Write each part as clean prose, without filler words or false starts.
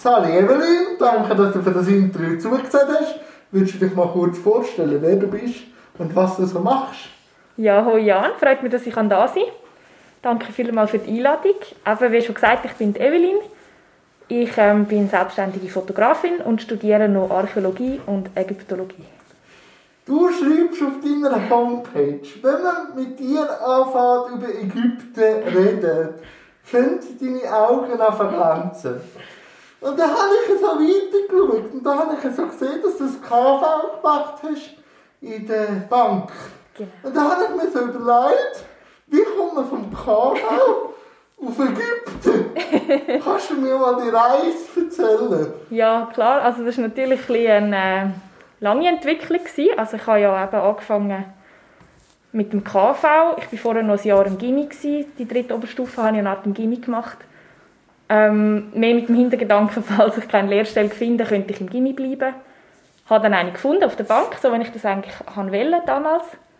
Sally Evelyn, danke, dass du für das Interview zugesagt hast. Würdest du dich mal kurz vorstellen, wer du bist und was du so machst? Ja, hallo Jan, freut mich, dass ich da sein kann. Danke vielmals für die Einladung. Eben, wie schon gesagt, ich bin Evelyn. Ich bin selbstständige Fotografin und studiere noch Archäologie und Ägyptologie. Du schreibst auf deiner Homepage, wenn man mit dir anfängt über Ägypten reden, können deine Augen glänzen. Und dann habe ich so weitergeschaut und dann habe ich so gesehen, dass du das KV gemacht hast in der Bank. Genau. Und dann habe ich mir so überlegt, wie kommt man vom KV auf Ägypten? Kannst du mir mal die Reise erzählen? Ja, klar. Also das war natürlich eine lange Entwicklung. Also ich habe ja eben angefangen mit dem KV. Ich war vorher noch ein Jahr im Gymi. Die 3. Oberstufe habe ich eine Art im Gymi gemacht. Mehr mit dem Hintergedanken, falls ich keine Lehrstelle finde, könnte ich im Gymi bleiben. Ich habe dann eine gefunden auf der Bank, so wie ich das eigentlich wollte damals.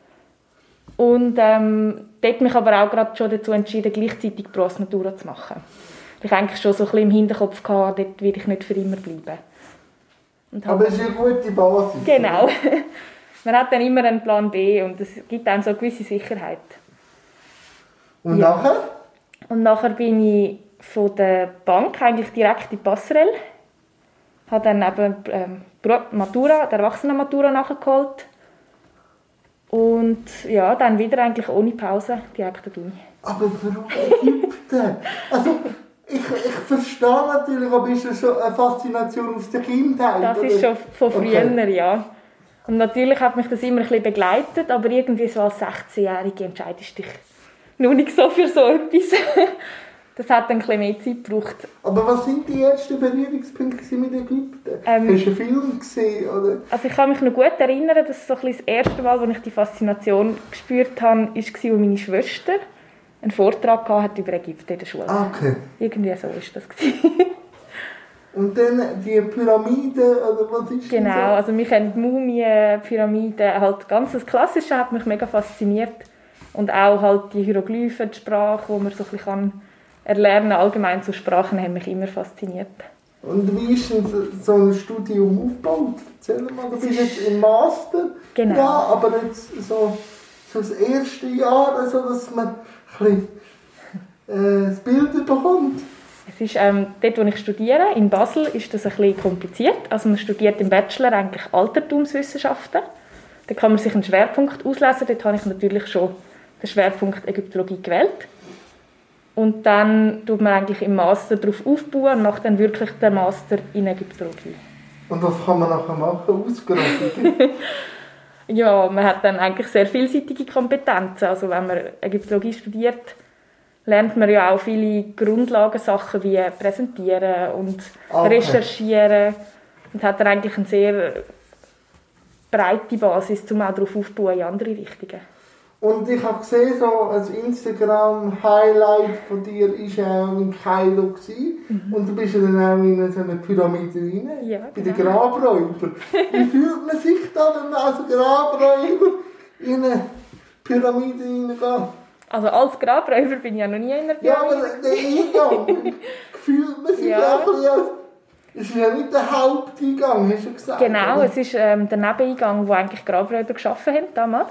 Und dort mich aber auch gerade schon dazu entschieden, gleichzeitig Berufsmatura zu machen. Ich eigentlich schon so ein bisschen im Hinterkopf gehabt, dort will ich nicht für immer bleiben. Aber es ist eine gute Basis. Genau. Man hat dann immer einen Plan B und es gibt einem so eine gewisse Sicherheit. Und nachher? Und nachher bin ich von der Bank eigentlich direkt in die Passerelle. Ich habe dann eben Matura, die Erwachsenenmatura nachgeholt. Und ja, dann wieder eigentlich ohne Pause direkt an die Uni. Aber warum Ägypten? Also, ich verstehe natürlich, aber ist das schon eine Faszination aus der Kindheit? Das ist schon von früher, okay. Ja. Und natürlich hat mich das immer ein bisschen begleitet, aber irgendwie so als 16-Jährige entscheidest du dich noch nicht so für so etwas. Das hat dann ein bisschen mehr Zeit gebraucht. Aber was sind die ersten Berührungspunkte mit Ägypten? Hast du einen Film gesehen? Oder? Also ich kann mich noch gut erinnern, dass so ein bisschen das erste Mal, als ich die Faszination gespürt habe, war, als meine Schwester einen Vortrag hatte über Ägypten in der Schule. Okay. Irgendwie so war das. Und dann die Pyramiden, oder was ist das? Genau, also mich haben die Mumien, Pyramiden, halt ganz das Klassische hat mich mega fasziniert. Und auch halt die Hieroglyphen, die Sprache, die man so ein bisschen erlernen kann. Allgemein so Sprachen haben mich immer fasziniert. Und wie ist denn so ein Studium aufgebaut? Erzähl mal, du bist jetzt im Master. Genau. Ja, aber jetzt so das erste Jahr, also dass man ein bisschen das Bild bekommt. Es ist, dort, wo ich studiere, in Basel, ist das ein bisschen kompliziert. Also man studiert im Bachelor eigentlich Altertumswissenschaften. Da kann man sich einen Schwerpunkt auslesen. Dort habe ich natürlich schon den Schwerpunkt Ägyptologie gewählt. Und dann tut man eigentlich im Master darauf aufbauen und macht dann wirklich den Master in Ägyptologie. Und was kann man nachher machen? Ausgerechnet? Ja, man hat dann eigentlich sehr vielseitige Kompetenzen. Also wenn man Ägyptologie studiert, lernt man ja auch viele Grundlagensachen wie Präsentieren und Recherchieren. Und hat dann eigentlich eine sehr breite Basis, um auch darauf aufzubauen in andere Richtungen. Und ich habe gesehen, so ein Instagram-Highlight von dir war auch in Kairo. Und du bist ja dann auch in so eine Pyramide rein, ja, bei den Grabräubern. Wie fühlt man sich da, wenn man als Grabräuber in eine Pyramide reingeht? Also als Grabräuber bin ich ja noch nie in einer Pyramide. Ja, aber der Eingang fühlt man sich ja ein bisschen als... Es ist ja nicht der Haupteingang, hast du gesagt? Genau, oder? es ist der Nebeneingang, wo eigentlich Grabräuber geschaffen haben damals.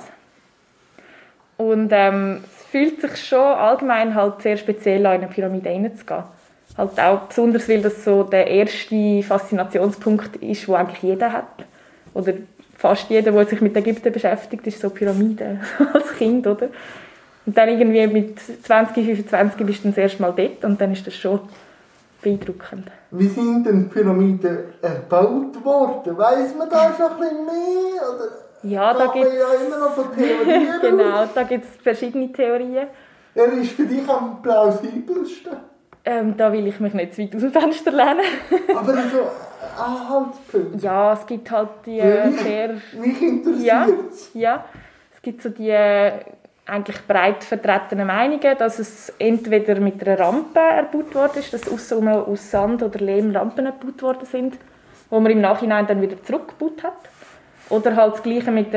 Und es fühlt sich schon allgemein halt sehr speziell an, in eine Pyramide reinzugehen. Halt auch besonders, weil das so der erste Faszinationspunkt ist, den eigentlich jeder hat. Oder fast jeder, der sich mit Ägypten beschäftigt, ist so Pyramiden als Kind, oder? Und dann irgendwie mit 20, 25 bist du dann das erste Mal dort und dann ist das schon beeindruckend. Wie sind denn Pyramiden erbaut worden? Weiss man da schon ein bisschen mehr? Oder? Ja, da gibt es ja immer noch von Theorien. genau, da gibt es verschiedene Theorien. Wer ist für dich am plausibelsten? Da will ich mich nicht zu weit aus dem Fenster lehnen. Aber so Anhaltspunkte? Ja, es gibt halt die sehr... Mich interessiert es. Ja, es gibt so die eigentlich breit vertretenen Meinungen, dass es entweder mit einer Rampe erbaut worden ist, dass aussen aus Sand oder Lehm Rampen erbaut worden sind, wo man im Nachhinein dann wieder zurückgebaut hat. Oder halt das Gleiche mit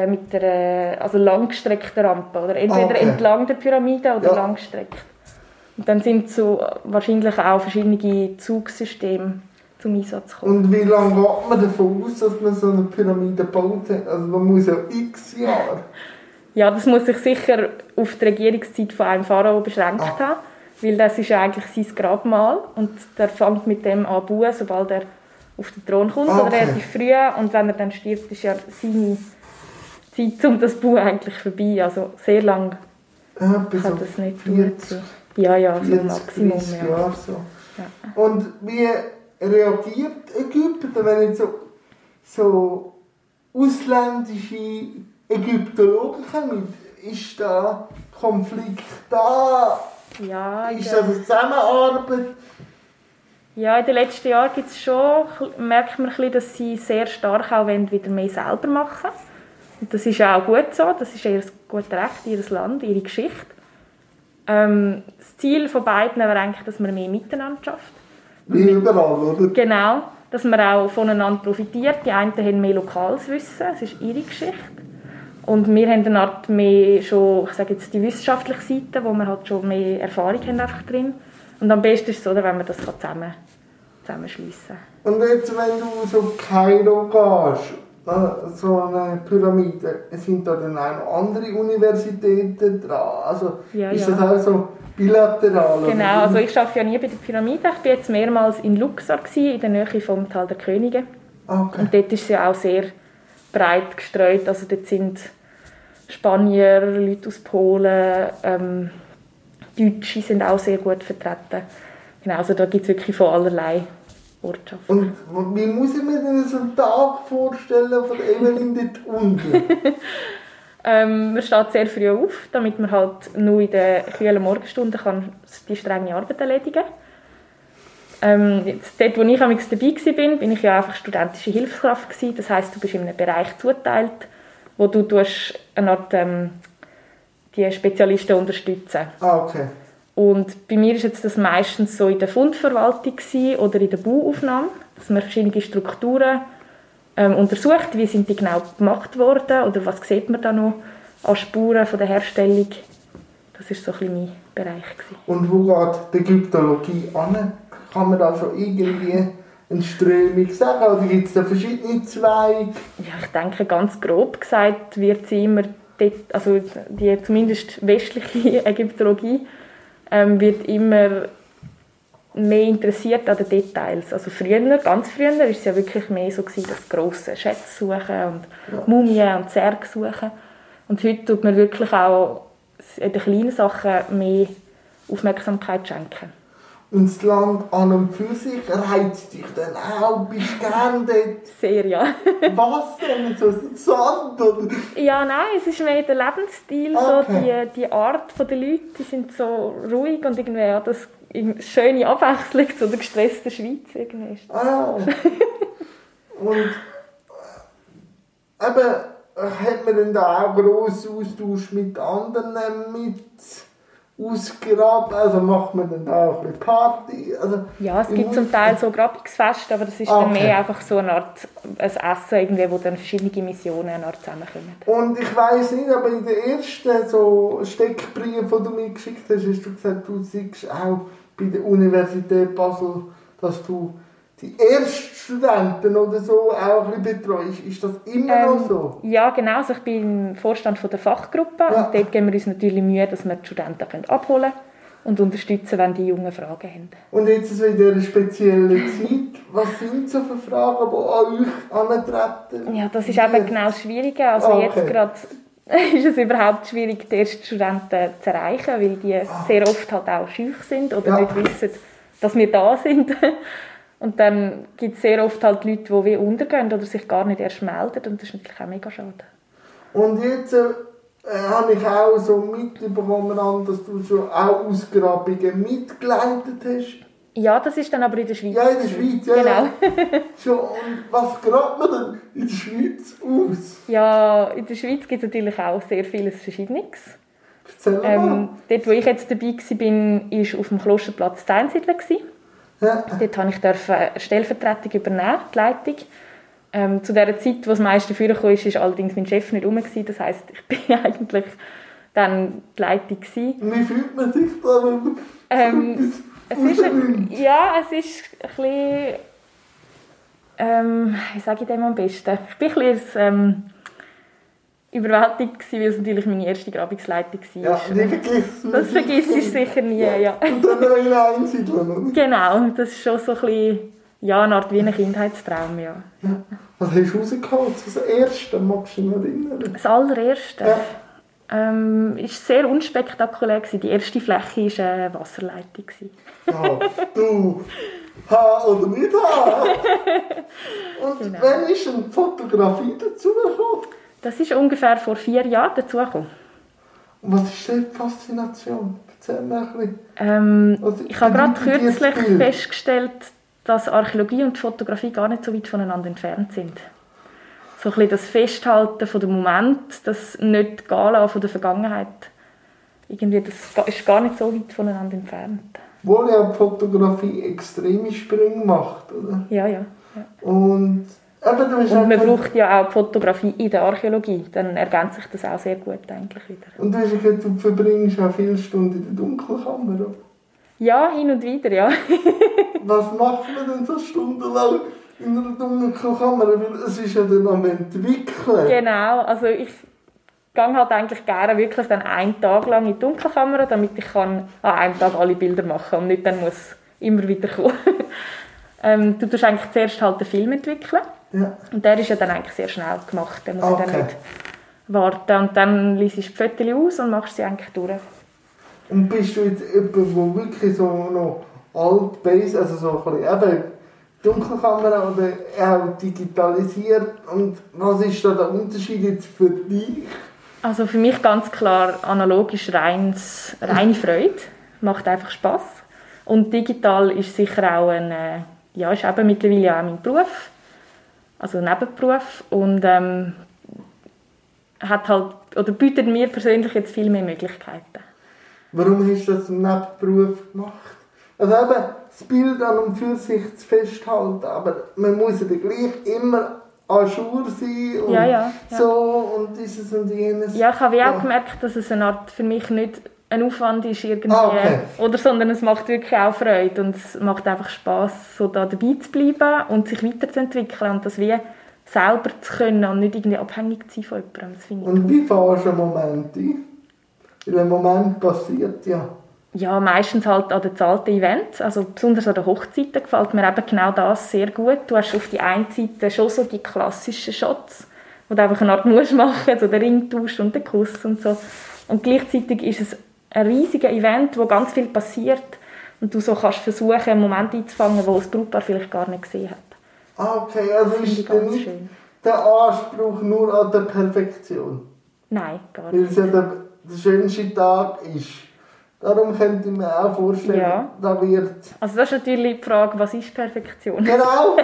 der also langgestreckten Rampe. Oder entweder entlang der Pyramide oder langgestreckt. Und dann sind so wahrscheinlich auch verschiedene Zugsysteme zum Einsatz gekommen. Und wie lange geht man davon aus, dass man so eine Pyramide baut? Also man muss ja x Jahre. Ja, das muss sich sicher auf die Regierungszeit von einem Pharao beschränkt haben, weil das ist ja eigentlich sein Grabmal und der fängt mit dem an zu bauen, sobald er auf den Thron kommt, oder relativ früh, und wenn er dann stirbt, ist ja seine Zeit, um das Bauen eigentlich vorbei, also sehr lang kann das nicht dauern. Ja, so Maximum. Jahre so. Ja. Und wie reagiert Ägypten, wenn jetzt so ausländische Ägyptologen kommen? Ist da Konflikt da? Ja, ist das eine Zusammenarbeit? Ja, in den letzten Jahren merkt man ein bisschen, dass sie sehr stark auch wieder mehr selber machen wollen. Und das ist auch gut so, das ist ihr gutes Recht, ihr Land, ihre Geschichte. Das Ziel von beiden wäre eigentlich, dass man mehr miteinander schafft. Wie überall, oder? Genau, dass man auch voneinander profitiert. Die einen haben mehr lokales Wissen, es ist ihre Geschichte. Und wir haben eine Art mehr schon, ich sage jetzt die wissenschaftliche Seite, wo wir halt schon mehr Erfahrung haben einfach drin. Und am besten ist es so, wenn man das zusammenschliessen kann. Und jetzt, wenn du so Kairo gehst, so eine Pyramide, sind da dann auch andere Universitäten dran? Also ist das auch so bilateral? Genau, also ich arbeite ja nie bei der Pyramide. Ich war jetzt mehrmals in Luxor, in der Nähe vom Tal der Könige. Okay. Und dort ist sie auch sehr breit gestreut. Also dort sind Spanier, Leute aus Polen, Deutsche sind auch sehr gut vertreten. Genau, also da gibt es wirklich von allerlei Ortschaften. Und wie muss ich mir denn so einen Tag vorstellen von Evelyn dort unten? Man steht sehr früh auf, damit man halt nur in den kühlen Morgenstunden die strenge Arbeit erledigen kann. Dort, wo ich dabei war, bin ich ja einfach studentische Hilfskraft gewesen. Das heisst, du bist in einem Bereich zugeteilt, wo du eine Art die Spezialisten unterstützen. Okay. Und bei mir war das meistens so in der Fundverwaltung oder in der Bauaufnahme, dass man verschiedene Strukturen untersucht, wie sind die genau gemacht worden oder was sieht man da noch an Spuren von der Herstellung. Das war so ein bisschen mein Bereich. Und wo geht die Ägyptologie an? Kann man da schon irgendwie eine Strömung sagen? Oder gibt es da verschiedene Zweige? Ja, ich denke, ganz grob gesagt wird sie immer, also die zumindest westliche Ägyptologie, wird immer mehr interessiert an den Details. Also früher, ganz früher, war es ja wirklich mehr so gewesen, das grosse Schätze suchen und Mumien und Särge suchen. Und heute tut man wirklich auch den kleinen Sachen mehr Aufmerksamkeit schenken. Und das Land an und für sich reizt dich dann auch? Bist du gerne dort? Sehr, ja. Was denn? So Sand? Oder? Ja, nein, es ist mehr der Lebensstil, okay. So die Art der Leute, die sind so ruhig und irgendwie ja, das schöne Abwechslung zu der gestressten Schweiz. Irgendwie. Ah. Und eben, hat man denn da auch grossen Austausch mit anderen ausgraben? Also macht man dann auch ein bisschen Party? Also, ja, es gibt zum Teil so Grabungsfest, aber das ist dann mehr einfach so eine Art ein Essen, irgendwie, wo dann verschiedene Missionen eine Art zusammenkommen. Und ich weiss nicht, aber in den ersten so Steckbriefen, die du mir geschickt hast, hast du gesagt, du siehst auch bei der Universität Basel, dass du die Erststudenten oder so auch ein bisschen betreust. Ist das immer noch so? Ja, genau. Also ich bin im Vorstand der Fachgruppe und dort geben wir uns natürlich Mühe, dass wir die Studenten abholen können und unterstützen, wenn die Jungen Fragen haben. Und jetzt so in dieser speziellen Zeit, was sind so für Fragen, die an euch antreten? Ja, das ist eben genau das Schwierige. Also jetzt gerade ist es überhaupt schwierig, die ersten Studenten zu erreichen, weil die sehr oft halt auch schüch sind oder nicht wissen, dass wir da sind. Und dann gibt es sehr oft halt Leute, die wie untergehen oder sich gar nicht erst melden. Und das ist natürlich auch mega schade. Und jetzt habe ich auch so mitbekommen, dass du schon auch Ausgrabungen mitgeleitet hast. Ja, das ist dann aber in der Schweiz. Ja, in der Schweiz, ja. Genau. Schon, und was grabt man denn in der Schweiz aus? Ja, in der Schweiz gibt es natürlich auch sehr vieles Verschiedenes. Erzähl mal. Dort, wo ich jetzt dabei war, war auf dem Klosterplatz Zeinsiedler. Ja. Dort durfte ich eine Stellvertretung übernehmen, die Leitung. Zu der Zeit, wo das meiste vorkam, war allerdings mein Chef nicht herum. Das heisst, ich bin eigentlich dann die Leitung gewesen. Wie fühlt man sich da, wenn man es ist ein bisschen, wie sage ich dem am besten? Ich bin ein bisschen überwältigt gewesen, weil es natürlich meine erste Grabungsleitung war. Ja, die vergisst das vergisst ich sicher nie, ja. Und dann noch in einsiedeln, oder? Genau, das ist schon so ein bisschen, ja, eine Art wie ein Kindheitstraum, ja. Was hast du rausgeholt? Das erste, magst du dich noch erinnern? Das allererste? Ja. War sehr unspektakulär gewesen. Die erste Fläche war eine Wasserleitung. Ja, du, ha oder nicht ha? Und Genau. wann ist eine Fotografie dazugekommen? Das ist ungefähr vor 4 Jahren dazugekommen. Und was ist denn die Faszination? Erzähl mir ein bisschen. Ich habe gerade bedeutet jetzt kürzlich Bild? festgestellt, dass Archäologie und Fotografie gar nicht so weit voneinander entfernt sind. So ein bisschen das Festhalten von dem Moment, das nicht gehen lassen von der Vergangenheit. Irgendwie, das ist gar nicht so weit voneinander entfernt. Obwohl ja die Fotografie extreme Sprünge macht, oder? Ja, ja. Und, eben, du hast Und man einfach- braucht ja auch die Fotografie in der Archäologie. Dann ergänzt sich das auch sehr gut eigentlich wieder. Und du hast gesagt, du verbringst auch viele Stunden in der Dunkelkammer. Ja, hin und wieder, ja. Was macht man denn so stundenlang in einer Dunkelkammer? Weil es ist ja dann am Entwickeln. Genau, also ich gehe halt eigentlich gerne wirklich dann einen Tag lang in die Dunkelkammer, damit ich kann an einem Tag alle Bilder machen kann und nicht dann muss immer wieder kommen. Du tust eigentlich zuerst halt den Film entwickeln. Ja. Und der ist ja dann eigentlich sehr schnell gemacht. Da muss ich Okay. dann nicht warten. Und dann liest du die Fotos aus und machst sie eigentlich durch. Und bist du jetzt jemand, der wirklich so noch alt base, also so ein bisschen eben Dunkelkamera oder auch digitalisiert? Und was ist da der Unterschied jetzt für dich? Also für mich ganz klar, analog ist reine Freude. Macht einfach Spass. Und digital ist sicher auch ist eben mittlerweile auch mein Beruf. Also ein Nebenberuf. Und hat halt, oder bietet mir persönlich jetzt viel mehr Möglichkeiten. Warum hast du das im Nebenberuf gemacht? Also eben, das Bild an und für sich zu festhalten, aber man muss ja dann gleich immer à jour sein und Ja. so und dieses und jenes. Ja, ich habe wie auch gemerkt, dass es eine Art für mich nicht ein Aufwand ist irgendwie, Okay. oder, sondern es macht wirklich auch Freude und es macht einfach Spass, so da dabei zu bleiben und sich weiterzuentwickeln und das wie selber zu können und nicht irgendwie abhängig zu sein von jemandem. Das finde ich Und cool. wie fährst du einen Moment ein? Weil ein Moment passiert ja. Ja, meistens halt an den zahlten Events, also besonders an den Hochzeiten gefällt mir eben genau das sehr gut. Du hast auf die einen Seite schon so die klassischen Shots, wo du einfach eine Art musst machen, so den Ringtausch und den Kuss und so. Und gleichzeitig ist es ein riesiges Event, wo ganz viel passiert und du so kannst versuchen, einen Moment einzufangen, wo das Brautpaar vielleicht gar nicht gesehen hat. Ah, okay, also Das finde ist ich dann ganz nicht schön. der Anspruch nur an der Perfektion. Nein, gar Weil nicht. es ja der schönste Tag ist. Darum könnte ich mir auch vorstellen, Ja. da wird... Also das ist natürlich die Frage, was ist Perfektion? Genau!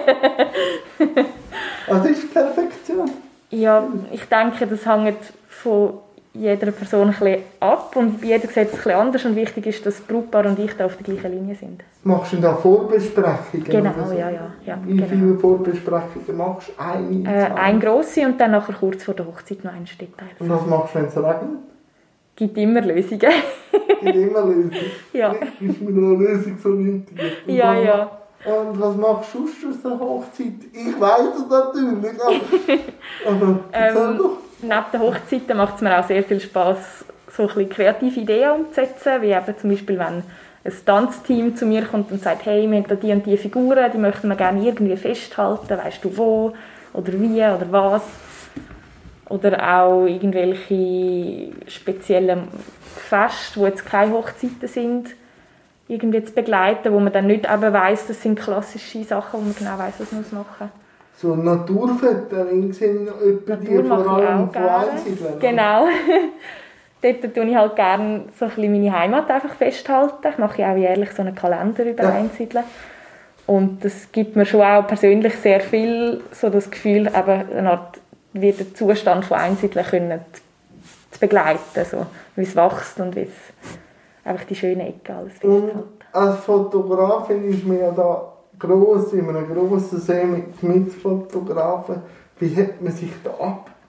Was ist Perfektion? Ja, ich denke, das hängt von jeder Person ein bisschen ab und jeder sieht es ein bisschen anders und wichtig ist, dass das Brautpaar und ich da auf der gleichen Linie sind. Machst du da Vorbesprechungen? Genau, oder so? ja, Wie genau. viele Vorbesprechungen machst du? Eine? Zwei? Eine grosse und dann nachher kurz vor der Hochzeit noch ein Detail. Und was machst du, wenn es regnet? Gibt immer Lösungen. Gibt immer Lösung. Ja. Ist mir noch eine lösungsorientiert. Und Ja, was ja. Und was machst du sonst aus der Hochzeit? Ich weiss es natürlich, aber erzähl doch. Neben den Hochzeiten macht es mir auch sehr viel Spass, so ein bisschen kreative Ideen umzusetzen, wie eben zum Beispiel, wenn ein Tanzteam zu mir kommt und sagt, hey, wir haben da die und die Figuren, die möchten wir gerne irgendwie festhalten, weißt du wo oder wie oder was. Oder auch irgendwelche speziellen Feste, wo jetzt keine Hochzeiten sind, irgendwie zu begleiten, wo man dann nicht eben weiss, das sind klassische Sachen, wo man genau weiss, was man machen muss. So Naturfettering sind noch etwa die Natur mache vor ich allem auch von gerne. Einsiedeln. Genau. Dort tue ich halt gerne so ein bisschen meine Heimat einfach festhalten. Ich mache ja auch jährlich so einen Kalender über Ja. Einsiedeln. Und das gibt mir schon auch persönlich sehr viel so das Gefühl, eben eine Art wie den Zustand von Einsiedeln können zu begleiten, so, wie es wächst und wie es einfach die schönen Ecken alles Und festhält. als Fotografin ist mir ja da gross, in einem grossen See mit Mitfotografen. Wie hebt man sich da ab?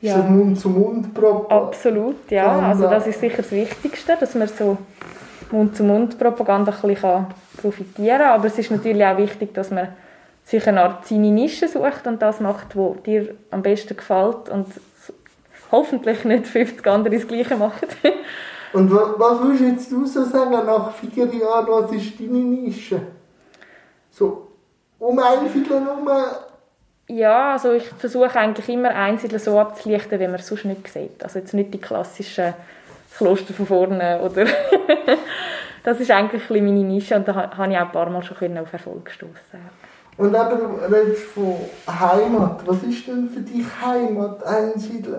Ja. Das Mund-zu-Mund-Propaganda. Absolut, ja. Also das ist sicher das Wichtigste, dass man so Mund-zu-Mund-Propaganda ein bisschen profitieren kann. Aber es ist natürlich auch wichtig, dass man sich eine Art seine Nische sucht und das macht, was dir am besten gefällt und hoffentlich nicht 50 andere das Gleiche machen. Und was würdest du so sagen, nach 4 Jahren, was ist deine Nische? So, um ein Viertel herum? Ja, also ich versuche eigentlich immer Einzelne so abzulichten, wie man es sonst nicht sieht. Also jetzt nicht die klassischen Kloster von vorne, oder das ist eigentlich ein bisschen meine Nische und da habe ich auch ein paar Mal schon auf Erfolg gestoßen. Und eben, du redest von Heimat. Was ist denn für dich Heimat, Einsiedeln?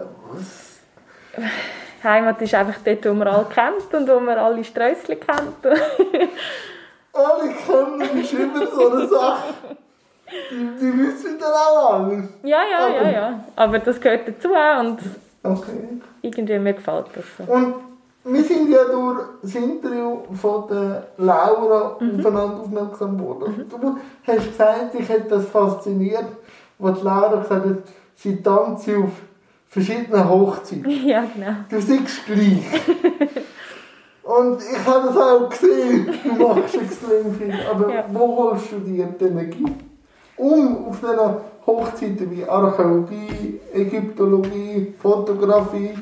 Heimat ist einfach dort, wo man alle kennt und wo man alle Sträusschen kennt. Alle kennen ist immer so eine Sache. Die wissen dann auch alles. Ja. Aber das gehört dazu und okay. Irgendwie mir gefällt das so. Und wir sind ja durch das Interview von der Laura aufeinander aufmerksam geworden. Du hast gesagt, ich hätte das fasziniert, was die Laura gesagt hat, sie tanzt auf verschiedenen Hochzeiten. Ja, genau. Du siehst gleich. Und ich habe das auch gesehen, du machst extrem viel. Aber wo holst du dir die Energie? Auf diesen Hochzeiten wie Archäologie, Ägyptologie, Fotografie,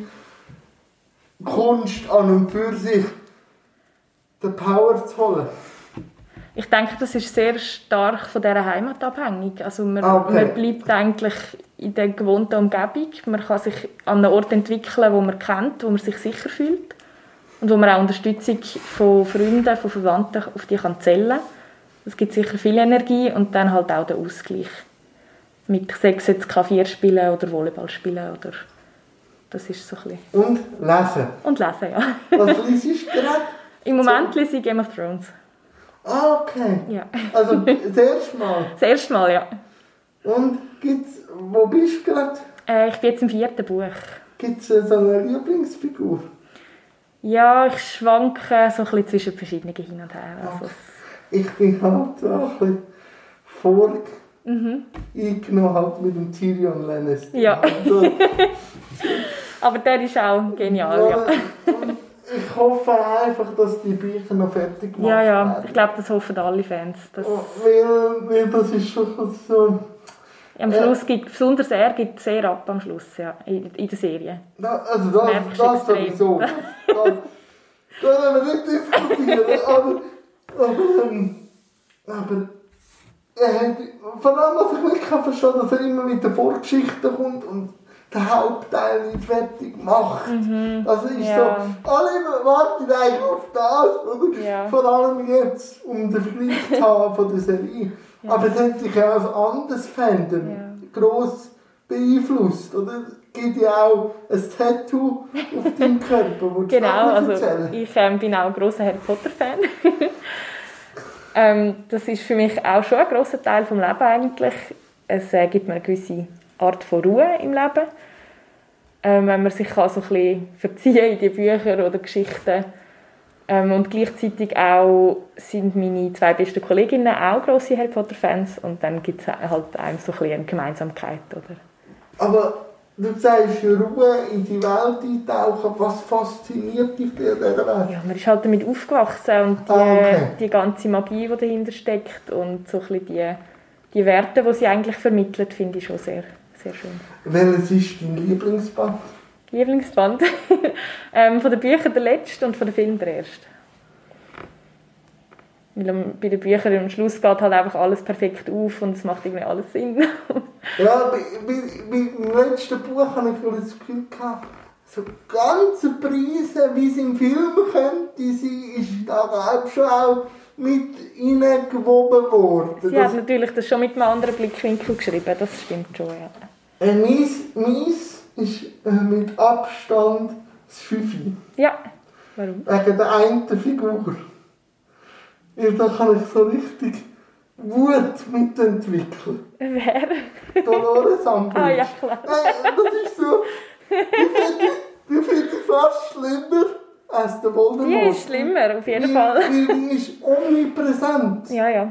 Kunst an und für sich, den Power zu holen? Ich denke, das ist sehr stark von dieser Heimat abhängig. Also man bleibt eigentlich in der gewohnten Umgebung. Man kann sich an einem Ort entwickeln, wo man kennt, wo man sich sicher fühlt. Und wo man auch Unterstützung von Freunden, von Verwandten auf die kann zählen kann. Es gibt sicher viel Energie und dann halt auch der Ausgleich. Mit 6 jetzt Klavier spielen oder Volleyball spielen. Oder das ist so ein bisschen. Und lesen. Und lesen, ja. Was liest du gerade? Im Moment lese ich Game of Thrones. Ah, okay. Ja. Also das erste Mal? Das erste Mal, ja. Und wo bist du gerade? Ich bin jetzt im 4. Buch. Gibt es so eine Lieblingsfigur? Ja, ich schwanke so ein bisschen zwischen verschiedenen hin und her. Also ich bin halt so ein bisschen eingenommen halt mit dem Tyrion Lannister. Ja. Also, aber der ist auch genial, ja. Ich hoffe einfach, dass die Bücher noch fertig gemacht werden. Ja, ich glaube, das hoffen alle Fans. Weil das ist schon so... Am Schluss besonders er gibt sehr ab am Schluss, ja, in der Serie. Also das sowieso. Das wollen wir nicht diskutieren. Aber vor allem, was ich nicht verstehen kann, dass er immer mit der Vorgeschichte kommt und den Hauptteil nicht fertig macht. Das ist so, alle warten eigentlich auf das, oder? Ja. Vor allem jetzt, um den Vergleich zu haben von der Serie. Ja. Aber es hat sich auch ein anderes Fandom gross beeinflusst, oder? Es gibt ja auch ein Tattoo auf deinem Körper, wo genau, also ich bin auch ein grosser Harry Potter-Fan. Das ist für mich auch schon ein grosser Teil des Lebens eigentlich. Es gibt mir eine gewisse Art von Ruhe im Leben. Wenn man sich so ein bisschen verziehen in die Bücher oder Geschichten. Und gleichzeitig auch sind meine 2 besten Kolleginnen auch grosse Harry Potter-Fans. Und dann gibt es halt einem so ein bisschen eine Gemeinsamkeit. Oder? Aber du sagst, Ruhe in die Welt eintauchen. Was fasziniert dich an dieser Welt? Ja, man ist halt damit aufgewachsen und die ganze Magie, die dahinter steckt und so ein bisschen die Werte, die sie eigentlich vermittelt, finde ich schon sehr, sehr schön. Welches ist dein Lieblingsband? Lieblingsband? Von den Büchern der letzte und von den Filmen der erste. Weil bei den Büchern am Schluss geht halt einfach alles perfekt auf und es macht irgendwie alles Sinn. Ja, beim letzten Buch hatte ich das Gefühl gehabt, so ganze Preise, wie es im Film könnte sein, ist da glaube ich schon auch mit hineingewoben worden. Sie hat natürlich das schon mit einem anderen Blickwinkel geschrieben, das stimmt schon, ja. Meins ist mit Abstand das 5. Ja, warum? Wegen der einen Figur. Weil da kann ich so richtig Wut mitentwickeln. Wer? Dolores Umbridge. Ah ja, klar. Das ist so, die finde ich fast schlimmer als der Voldemort. Die ist schlimmer, auf jeden Fall. Weil die ist omnipräsent. Ja.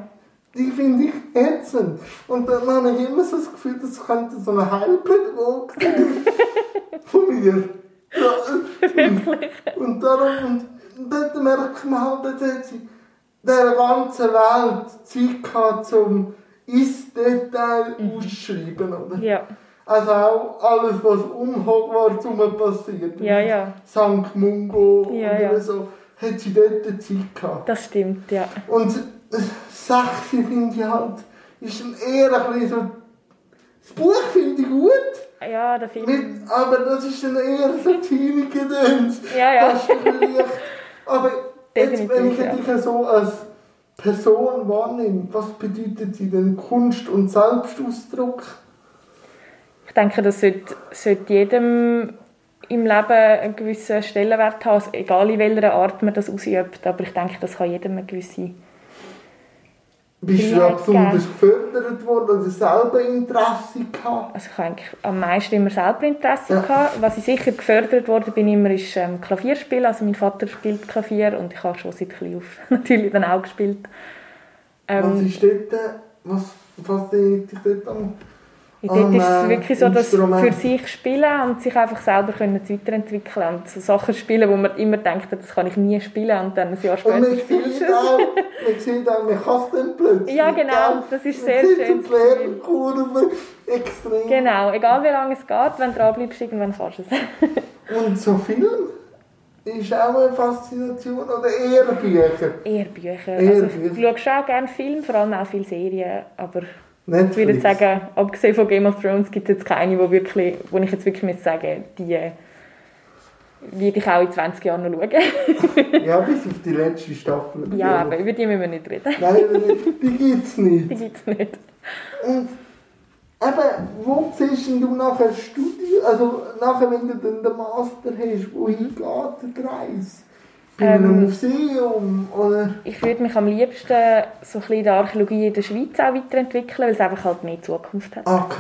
die finde ich ätzend. Und dann habe ich immer so das Gefühl, das könnte so eine Heilpädagogik sein von mir. Ja, und darum, und dort merkt man halt, dort hat sie der ganzen Welt Zeit gehabt, um ins Detail auszuschreiben, oder? Ja. Also auch alles, was um Hogwarts herum passiert. Ja. St. Mungo Ja. oder so, hat sie dort Zeit gehabt. Das stimmt, ja. Und 6 finde ich halt, ist eher ein bisschen so, das Buch finde ich gut, Ja, der Film. aber das ist dann eher so Teenie-Gedöns. Ja. Das ist ein bisschen leicht. Aber jetzt, wenn ich Definitiv, dich so als Person wahrnehme, was bedeutet sie denn Kunst und Selbstausdruck? Ich denke, das sollte jedem im Leben einen gewissen Stellenwert haben, also egal in welcher Art man das ausübt. Aber ich denke, das kann jedem eine gewisse... Bist du ja besonders gefördert worden oder selber Interesse gehabt? Also ich habe eigentlich am meisten immer selber Interesse gehabt. Was ich sicher gefördert worden bin immer, ist Klavierspielen. Also mein Vater spielt Klavier und ich habe schon seit klein auf natürlich dann auch gespielt. Was ist dort, was fasziniert dich dort am Dort ist es wirklich so, dass für sich spielen und sich einfach selber weiterentwickeln und so Sachen spielen, wo man immer denkt, das kann ich nie spielen und dann ein Jahr später spielst du es. Man sieht auch, man kann es dann plötzlich. Ja, genau, das ist sehr schön. Lernkurve extrem. Genau, egal wie lange es geht, wenn du dranbleibst, irgendwann kannst du es. Und so Film ist auch eine Faszination oder eher Bücher? Eher Bücher. Also ich schaue schon auch gerne Filme, vor allem auch viele Serien, aber Netflix. Ich würde sagen, abgesehen von Game of Thrones gibt es jetzt keine, wo ich jetzt wirklich sagen müsste, die werde ich auch in 20 Jahren noch schauen. Ja, bis auf die letzte Staffel. Ja, aber über die müssen wir nicht reden. Nein, die gibt es nicht. Die gibt es nicht. Und eben, wo siehst du nachher Studium, also nachher, wenn du dann den Master hast, wohin geht die Reise? Bei einem Museum, oder? Ich würde mich am liebsten so ein bisschen in der Archäologie in der Schweiz auch weiterentwickeln, weil es einfach halt mehr Zukunft hat. Okay.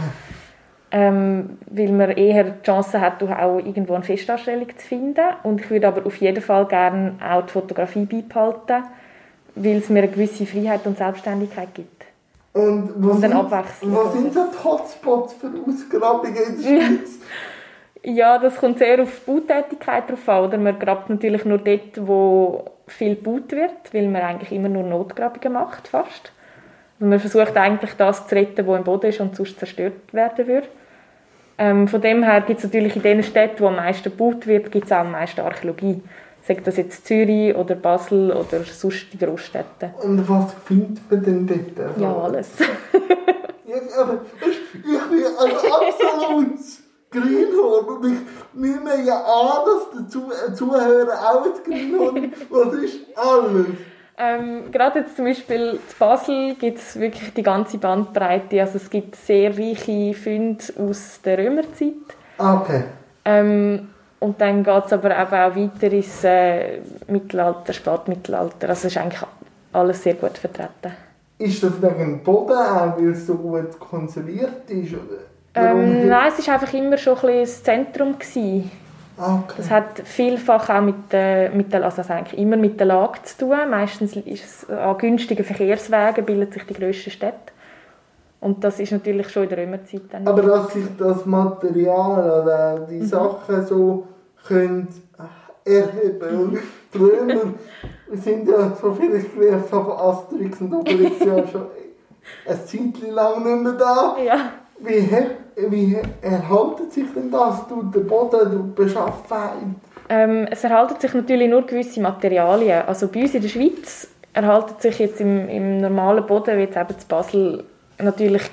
Weil man eher die Chance hat, auch irgendwo eine Festanstellung zu finden. Und ich würde aber auf jeden Fall gerne auch die Fotografie beibehalten, weil es mir eine gewisse Freiheit und Selbstständigkeit gibt. Und was sind so die Hotspots für Ausgrabungen in der Schweiz? Ja, das kommt sehr auf die Bautätigkeit drauf an. Oder man grabt natürlich nur dort, wo viel gebaut wird, weil man eigentlich immer nur Notgrabungen macht, fast. Also man versucht eigentlich das zu retten, was im Boden ist und sonst zerstört werden würde. Von dem her gibt es natürlich in den Städten, wo am meisten gebaut wird, gibt es auch am meisten Archäologie. Sagt das jetzt Zürich oder Basel oder sonst die Großstädte. Und was findet man denn dort? Also, ja, alles. Ja, aber ich bin ein absolutes Greenhorn und ich nehme ja an, dass der Zuhörer auch ein Greenhorn ist. Was ist alles? Gerade jetzt zum Beispiel in Basel gibt es wirklich die ganze Bandbreite. Also es gibt sehr reiche Funde aus der Römerzeit. Okay. Und dann geht es aber eben auch weiter ins Mittelalter, Spätmittelalter. Also es ist eigentlich alles sehr gut vertreten. Ist das wegen dem Boden auch, weil es so gut konserviert ist? Nein, es war einfach immer schon ein bisschen das Zentrum gewesen. Okay. Das hat vielfach auch also eigentlich immer mit der Lage zu tun. Meistens ist es an günstigen Verkehrswegen bilden sich die grössten Städte. Und das ist natürlich schon in der Römerzeit dann. Aber dass sich das Material oder die Sachen so können erheben. Und die Römer sind ja, so viel ich gelernt habe, von Asterix und Obelix ja schon ein Zeitchen lang nicht mehr da. Ja. Wie erhaltet sich denn das durch den Boden, durch die Beschaffenheit? Es erhalten sich natürlich nur gewisse Materialien. Also bei uns in der Schweiz erhalten sich jetzt im normalen Boden, wie jetzt eben in Basel, natürlich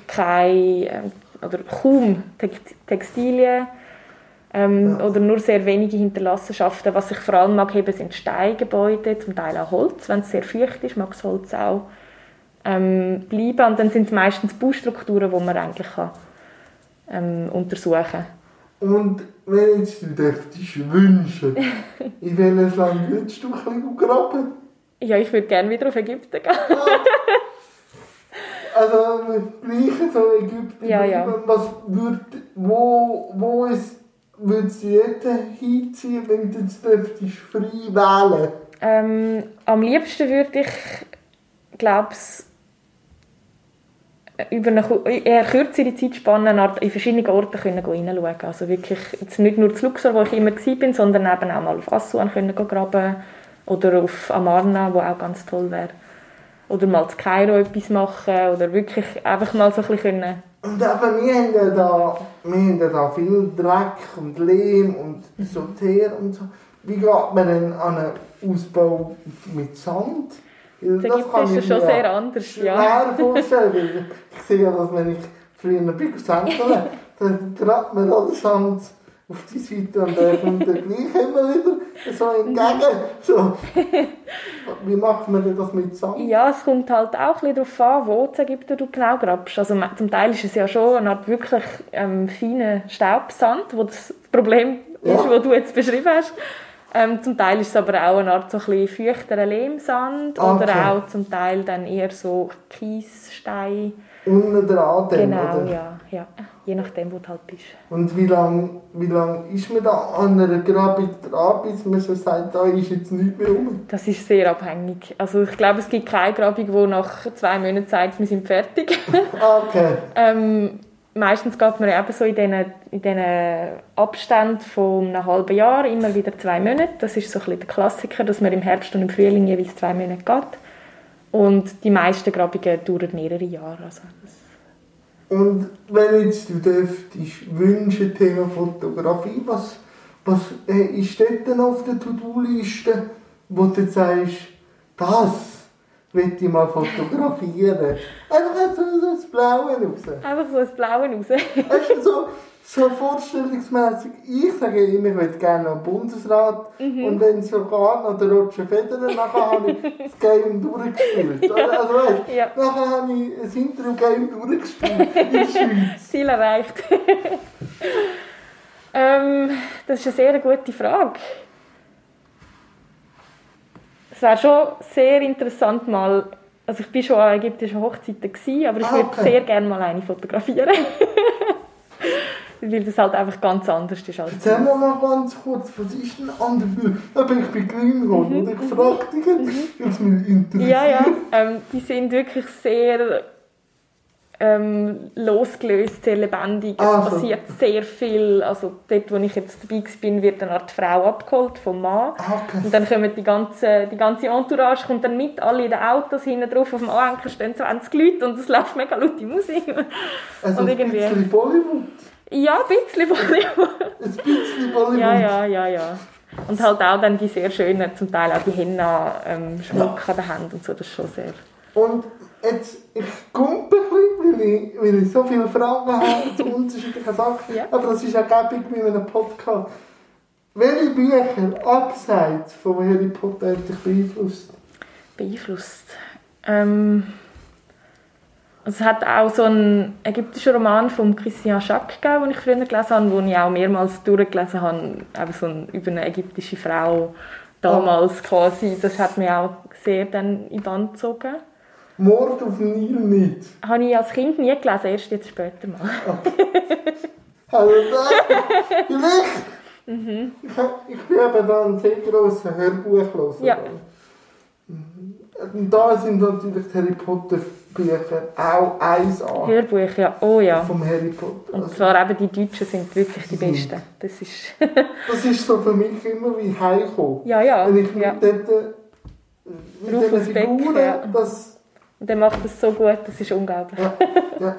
oder kaum Textilien oder nur sehr wenige Hinterlassenschaften. Was sich vor allem mag heben, sind Steingebäude, zum Teil auch Holz. Wenn es sehr feucht ist, mag das Holz auch bleiben. Und dann sind es meistens Baustrukturen, die man eigentlich untersuchen kann. Und wenn jetzt du dürftest wünschen, in welches Land würdest du ein graben? Ja, ich würde gerne wieder auf Ägypten gehen. Also gleich so Ägypten. Ja. Was wo würdest du jetzt hinziehen, wenn du jetzt dürftest frei wählen? Am liebsten würde ich, glaube ich, über eine eher kürzere Zeitspanne in verschiedene Orte hineinschauen. Also wirklich jetzt nicht nur zu Luxor, wo ich immer war, sondern eben auch mal auf Assuan graben oder auf Amarna, wo auch ganz toll wäre. Oder mal zu Kairo etwas machen oder wirklich einfach mal so ein bisschen können. Und eben, wir haben ja da viel Dreck und Lehm und so Teer und so. Wie geht man denn an einen Ausbau mit Sand? Da gibt es schon sehr anders, ja. Vorstellen. Ich sehe ja, dass wenn ich früher bin Sandle, dann trat man all den Sand auf die Seite und der kommt dann gleich immer wieder so entgegen. So. Wie macht man denn das mit Sand? Ja, es kommt halt auch ein bisschen darauf an, wo in Ägypten du genau grabst. Also zum Teil ist es ja schon eine Art wirklich feiner Staubsand, wo das Problem ist, das du jetzt beschrieben hast. Zum Teil ist es aber auch eine Art so ein bisschen feuchterer Lehmsand oder auch zum Teil dann eher so Kiesstein. Unten dran dann, genau, oder? Ja. Je nachdem, wo du halt bist. Und wie lang ist man da an einer Grabung dran, bis man so sagt, da ist jetzt nichts mehr rum? Das ist sehr abhängig. Also ich glaube, es gibt keine Grabung, die nach 2 Monaten sagt, wir sind fertig. Okay. Meistens geht man eben so in diesen Abständen von einem halben Jahr immer wieder 2 Monate. Das ist so ein bisschen der Klassiker, dass man im Herbst und im Frühling jeweils 2 Monate geht. Und die meisten Grabungen dauern mehrere Jahre. Also und wenn jetzt du dürftest wünschen, Thema Fotografie, was ist dort denn auf der To-Do-Liste, wo du sagst, das will ich mal fotografieren? Einfach so das Blaue raus. Einfach so das Blaue raus. Weißt du, so vorstellungsmässig, ich sage immer, ich würde gerne am Bundesrat. Und wenn es so geht, noch der Roger Federer, nachher habe ich das Game durchgespielt. Ja. Also weißt, nachher habe ich ein Intro-Game durchgespielt in der Schweiz. Ziel erreicht. Das ist eine sehr gute Frage. Es wäre schon sehr interessant mal, also ich war schon an ägyptischen Hochzeiten, aber ich würde sehr gerne mal eine fotografieren. Weil das halt einfach ganz anders ist als erzähl mir mal ganz kurz, was ist denn an der Bühne? Ich bin Grünhorn und ich frage dich jetzt mich interessiert. Ja, die sind wirklich sehr losgelöst, sehr lebendig. Es passiert sehr viel. Also dort, wo ich jetzt dabei bin, wird eine Art Frau abgeholt vom Mann. Okay. Und dann kommt die ganze Entourage kommt dann mit, alle in den Autos hinten drauf, auf dem Anhänger stehen 20 Leute und es läuft mega laute Musik. Also und ein bisschen Bollywood? Ja, ein bisschen Bollywood. Ein bisschen Bollywood? Ja. Und halt auch dann die sehr schönen, zum Teil auch die Henna-Schmuck an der Hand und so, das ist schon sehr... Und jetzt, ich komme ein bisschen, weil ich so viele Fragen habe zu unterschiedlichen Sachen, aber das ist auch gäbig mit einem Podcast. Welche Bücher, abseits von Harry Potter, hat dich beeinflusst? Es hat auch so einen ägyptischen Roman von Christian Jacques gegeben, den ich früher gelesen habe, den ich auch mehrmals durchgelesen habe, über eine ägyptische Frau damals quasi. Das hat mich auch sehr dann in den Bann gezogen. Mord auf dem Nil nicht? Habe ich als Kind nie gelesen, erst jetzt später mal. Okay. Also vielleicht. Ich bin eben da ein sehr grosser Hörbuchloser. Ja. Und da sind natürlich die Harry Potter Bücher auch 1A. Hörbücher, ja. Oh ja. Vom Harry Potter. Und zwar eben die Deutschen sind wirklich die besten. Das ist so für mich immer wie heimkommen. Ja. Wenn ich mit dort mit den Figuren, und der macht das so gut, das ist unglaublich. Ja.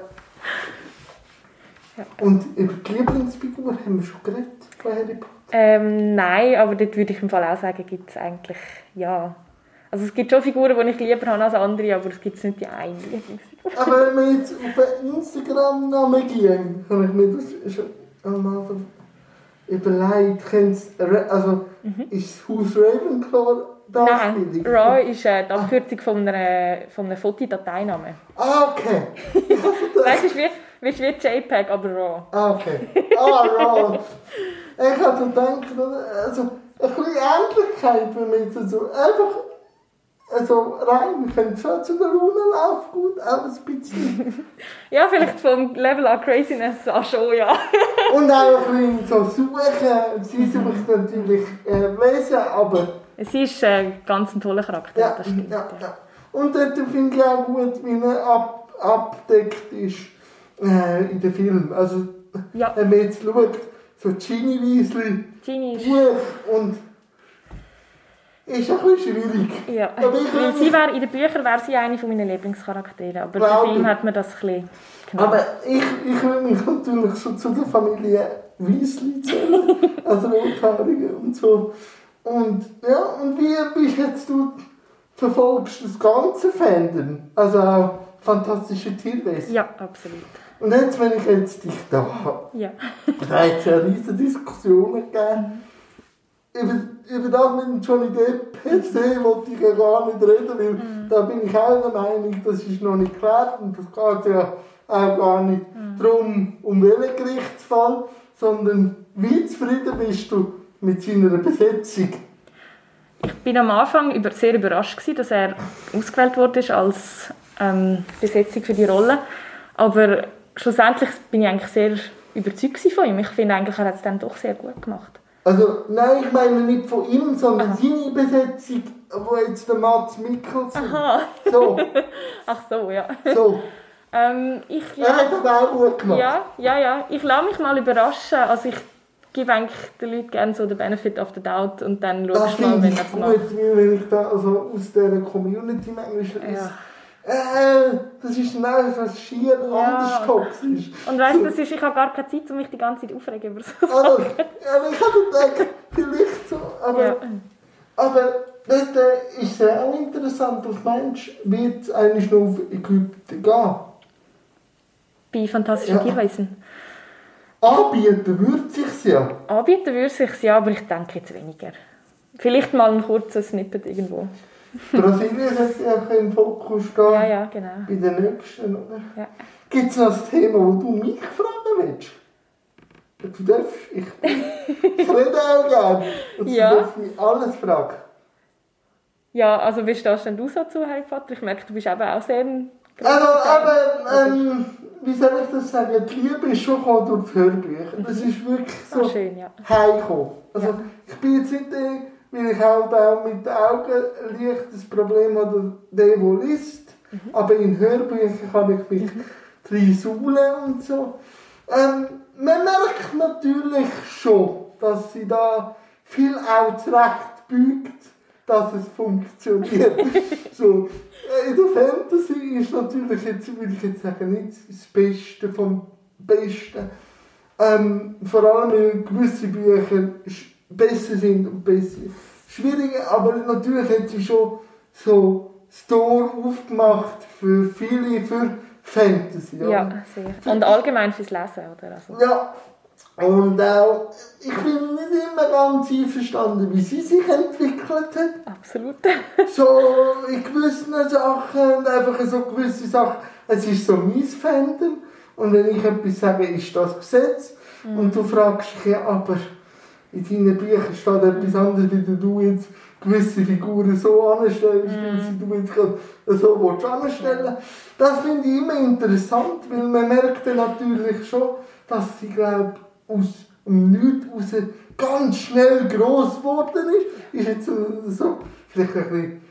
Und über die Lieblingsfigur haben wir schon geredet bei Harry Potter? Nein, aber dort würde ich im Fall auch sagen, gibt es eigentlich, ja. Also es gibt schon Figuren, die ich lieber habe als andere, aber es gibt nicht die eine Lieblingsfigur. Aber wenn wir jetzt auf einen Instagram-Namen gehen, habe ich mir das schon einmal überlegt. Ist das Haus Ravenclaw Darstellung? Nein, RAW ist die Abkürzung von einem Fotodateinamen. Okay. Weißt du, wie JPEG, aber RAW. Okay. RAW. Ich habe gedacht, also ein bisschen Ähnlichkeit, wenn wir jetzt so einfach rein, wir können schon zu der Rune laufen, gut, auch ein bisschen. Ja, vielleicht vom Level an Craziness auch schon, ja. Und auch ein bisschen so suchen. Sie sucht natürlich Wesen, aber... Sie ist ganz ein toller Charakter, das stimmt. Ja. Und dort finde ich auch gut, wie er abdeckt ist in den Filmen. Also, Ja. wenn man jetzt schaut, so Ginny Weasley, Ginny ist... Buch und ist ein bisschen schwierig. Ja. Aber ich Weil würde- in den Büchern wäre sie eine meiner Lieblingscharaktere, aber Glaub der Film ich. hat mir das ein bisschen genommen. Aber ich will mich natürlich schon zu der Familie Weasley zählen, also Rothaarige und so. Und ja, und wie bist jetzt du verfolgst das ganze Fandom, also auch fantastische Tierwesen. Ja, absolut. Und jetzt, wenn ich jetzt dich da habe, Ja. da hat es ja riesige Diskussionen gegeben. Über das mit dem Johnny Depp per se wollte ich ja gar nicht reden, weil da bin ich auch der Meinung, das ist noch nicht geklärt und das geht ja auch gar nicht darum, um welchen Gerichtsfall, sondern wie zufrieden bist du mit seiner Besetzung? Ich bin am Anfang sehr überrascht gewesen, dass er ausgewählt wurde als Besetzung für die Rolle. Aber schlussendlich bin ich eigentlich sehr überzeugt von ihm. Ich finde eigentlich, er hat es dann doch sehr gut gemacht. Also, nein, ich meine nicht von ihm, sondern seine Besetzung, wo jetzt der Mads Mikkelsen... Aha. So, Ach so, ja. so. Ich Er hat das auch gut gemacht. Ja. Ich lasse mich mal überraschen. Also ich gebe eigentlich den Leuten gerne so den Benefit of the doubt und dann Das schaust du mal, finde wenn ich er es gut, macht. weil wenn ich da also aus dieser Community manchmal lese, das ist dann auch so schier anders toxisch. Und weißt du, ich habe gar keine Zeit, um mich die ganze Zeit aufregen über so Also, Sachen. ja, ich habe gedacht, vielleicht so, aber, Ja. aber dort ist es ja auch interessant, was meinst du, wird es eigentlich noch auf Ägypten gehen? Bei Fantastischen Ja. Tierwesen. Anbieten würde es sich ja. Anbieten würde es sich ja, aber ich denke jetzt weniger. Vielleicht mal ein kurzes Snippet irgendwo. Brasilien sollte ja auch im Fokus stehen. Ja, genau. Bei den nächsten, oder? Ja. Gibt es noch ein Thema, das du mich fragen willst? Du darfst, ich rede auch gerne. Und Ja. du darfst mich alles fragen. Ja, also wie stehst denn du so zu Harry Potter? Ich merke, du bist eben auch sehr ein Also, grosser Fan. aber, wie soll ich das sagen? Die Liebe ist schon gekommen durch die Hörbücher. Das ist wirklich so Schön, ja. heimgekommen. Also, Ja. ich bin jetzt nicht der, weil ich halt auch mit den Augen leicht das Problem habe, der liest. Aber in Hörbüchern kann ich mich drin suhlen und so. Man merkt natürlich schon, dass sie da viel auch zurecht beugt, dass es funktioniert. So, in der Fantasy ist natürlich jetzt, würde ich jetzt sagen, nicht das Beste vom Besten. Vor allem, weil gewisse Bücher besser sind und besser. Schwieriger, aber natürlich hat sie schon so das Tor aufgemacht für viele, für Fantasy. Ja, oder? sehr. Und allgemein fürs Lesen, oder? Also. Ja, und auch, ich bin nicht immer ganz einverstanden, wie sie sich entwickelt hat. Absolut. So in gewissen Sachen und einfach so gewisse Sachen. Es ist so mein Fandom. Und wenn ich etwas sage, ist das Gesetz. Und du fragst dich, ja, aber in deinen Büchern steht etwas anderes, wie du jetzt gewisse Figuren so anstellst, wie sie du jetzt gerade so anstellen. Das finde ich immer interessant, weil man merkt dann natürlich schon, dass sie, glaube aus dem Nichts raus ganz schnell gross geworden ist. Ist jetzt so, vielleicht ein bisschen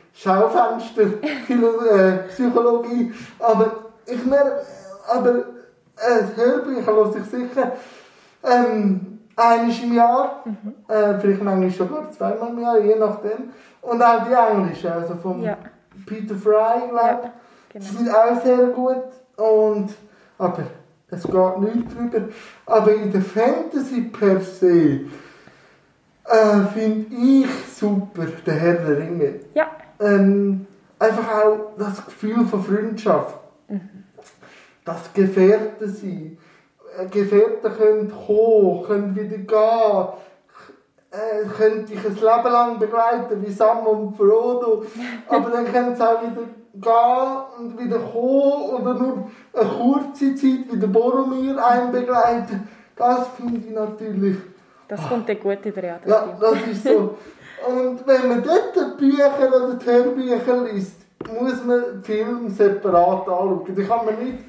Schaufenster-Psychologie, aber ich merke, Hörbücher lasse ich sicher einmal im Jahr, vielleicht manchmal sogar zweimal im Jahr, je nachdem. Und auch die englischen, also von Peter Fry, glaube Ja, ich. genau. Die sind auch sehr gut. Aber es geht nichts drüber. Aber in der Fantasy per se finde ich super, der Herr der Ringe. Ja. Einfach auch das Gefühl von Freundschaft. Das Gefährten sein. Gefährten können kommen, können wieder gehen, können dich ein Leben lang begleiten, wie Sam und Frodo. Aber dann können sie auch wieder gehen und wieder kommen oder nur eine kurze Zeit wie der Boromir einen begleiten. Das finde ich natürlich... Das kommt dann gut über, ja. Ja, das ist so. Und wenn man dort die Bücher oder die Hörbücher liest, muss man den Film separat anschauen. Da kann man nicht...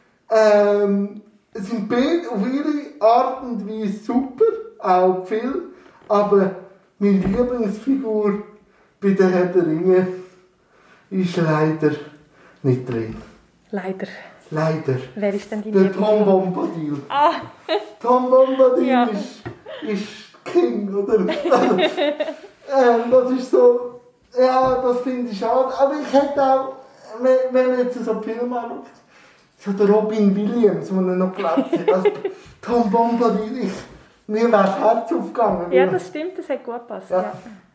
es sind beide auf ihre Art und Weise super, auch die Filme, aber meine Lieblingsfigur bei den Herr der Ringe ist leider nicht drin. Leider. Leider. Wer ist denn dein Der Tom Bombadil. Ah! Tom Bombadil Ja. ist King, oder? Das ist so, ja, das finde ich schade. Aber ich hätte auch, wenn man jetzt so einen Film anschaut, so der Robin Williams, wo er noch gelebt hat. Also, Tom Bombadil, mir wäre das Herz aufgegangen. Ja, das stimmt, das hat gut gepasst. Ja. Ja.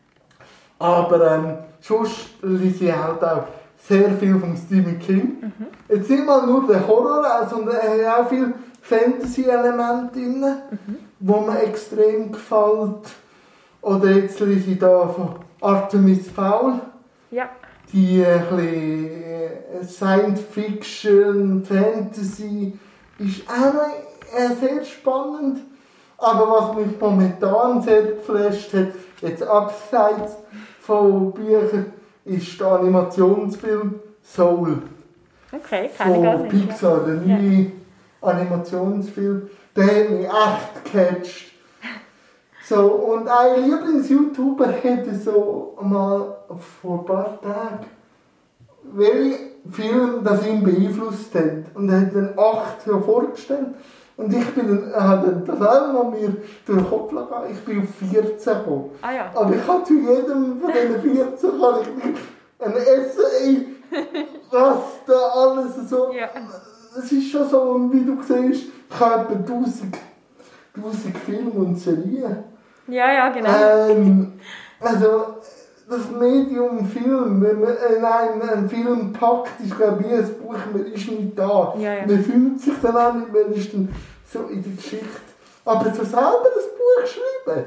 Aber sonst lese ich halt auch sehr viel von Stephen King. Jetzt nicht mal nur der Horror, sondern er hat auch viele Fantasy-Elemente drin, wo mir extrem gefällt. Oder jetzt lese ich da von Artemis Fowl. Ja. Die Science Fiction, Fantasy ist auch noch sehr spannend. Aber was mich momentan sehr geflasht hat, jetzt abseits von Büchern, ist der Animationsfilm Soul. Okay, kann ich gar Von nicht. Pixar, der neue Animationsfilm. Der hat mich echt gecatcht. So, und ein Lieblings-YouTuber hätte so mal vor ein paar Tagen, welche Filme das ihn beeinflusst hat. Und er hat dann 8 so vorgestellt. Und ich habe das auch noch mir durch den Kopf gegangen. Ich bin auf 14 gekommen. Ah ja. Aber ich habe zu jedem von diesen 14 kann ich ein Essay, was da alles so... Ja. Es ist schon so, und wie du siehst, ich habe etwa 1000 Filme und Serien. Ja, genau. Also, das Medium Film, wenn man in einen Film packt, ist glaube ich wie ein Buch, man ist nicht da. Ja, ja. Man fühlt sich dann auch nicht, man ist dann so in der Geschichte. Aber so selber ein Buch schreiben,